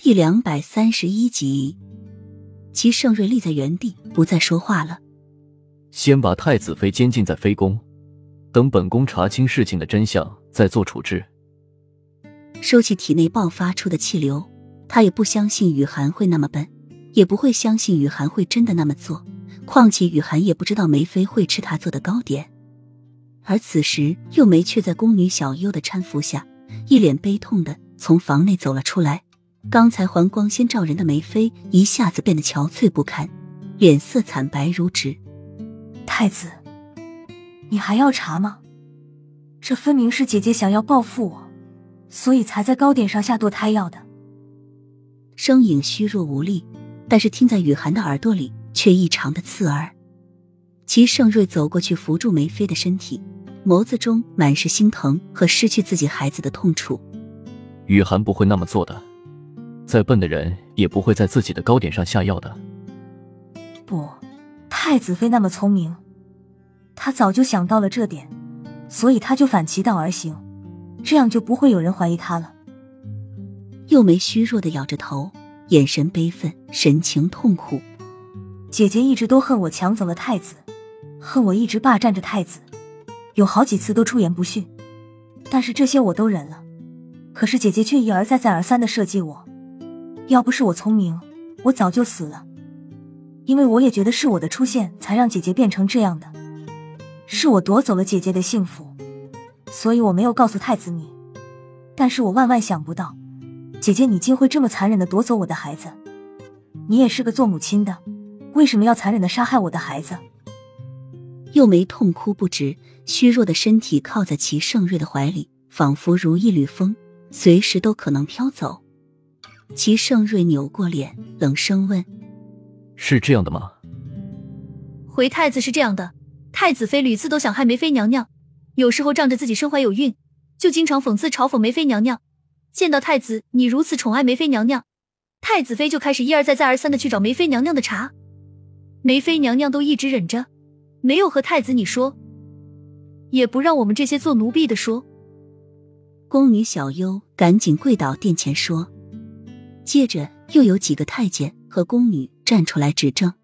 第231集。齐盛瑞立在原地，不再说话了。 先把太子妃监禁在妃宫，等本宫查清事情的真相，再做处置。 收起体内爆发出的气流，他也不相信雨涵会那么笨，也不会相信雨涵会真的那么做，况且雨涵也不知道梅妃会吃他做的糕点。而此时幼梅却在宫女小优的搀扶下，一脸悲痛地从房内走了出来。刚才还光鲜照人的梅妃一下子变得憔悴不堪，脸色惨白如纸。 太子，你还要查吗？这分明是姐姐想要报复我，所以才在糕点上下堕胎药的。 声音虚弱无力，但是听在雨涵的耳朵里却异常的刺耳。齐盛瑞走过去扶住梅妃的身体，眸子中满是心疼和失去自己孩子的痛楚。 雨涵不会那么做的，再笨的人也不会在自己的糕点上下药的。 不，太子妃那么聪明，她早就想到了这点，所以她就反其道而行，这样就不会有人怀疑她了。 幼梅虚弱地咬着头，眼神悲愤，神情痛苦。 姐姐一直都恨我抢走了太子，恨我一直霸占着太子，有好几次都出言不逊，但是这些我都忍了。可是姐姐却一而再再而三地设计我，要不是我聪明，我早就死了。因为我也觉得是我的出现才让姐姐变成这样的，是我夺走了姐姐的幸福，所以我没有告诉太子你。但是我万万想不到，姐姐你竟会这么残忍地夺走我的孩子。你也是个做母亲的，为什么要残忍地杀害我的孩子？ 幼梅痛哭不止，虚弱的身体靠在齐盛瑞的怀里，仿佛如一缕风，随时都可能飘走。齐盛瑞扭过脸，冷声问： 是这样的吗？ 回太子是这样的，太子妃屡次都想害梅妃娘娘，有时候仗着自己身怀有孕，就经常讽刺嘲讽梅妃娘娘。见到太子你如此宠爱梅妃娘娘，太子妃就开始一而再再而三的去找梅妃娘娘的茬。梅妃娘娘都一直忍着，没有和太子你说，也不让我们这些做奴婢的说。 宫女小优赶紧跪倒殿前说，接着又有几个太监和宫女站出来指证。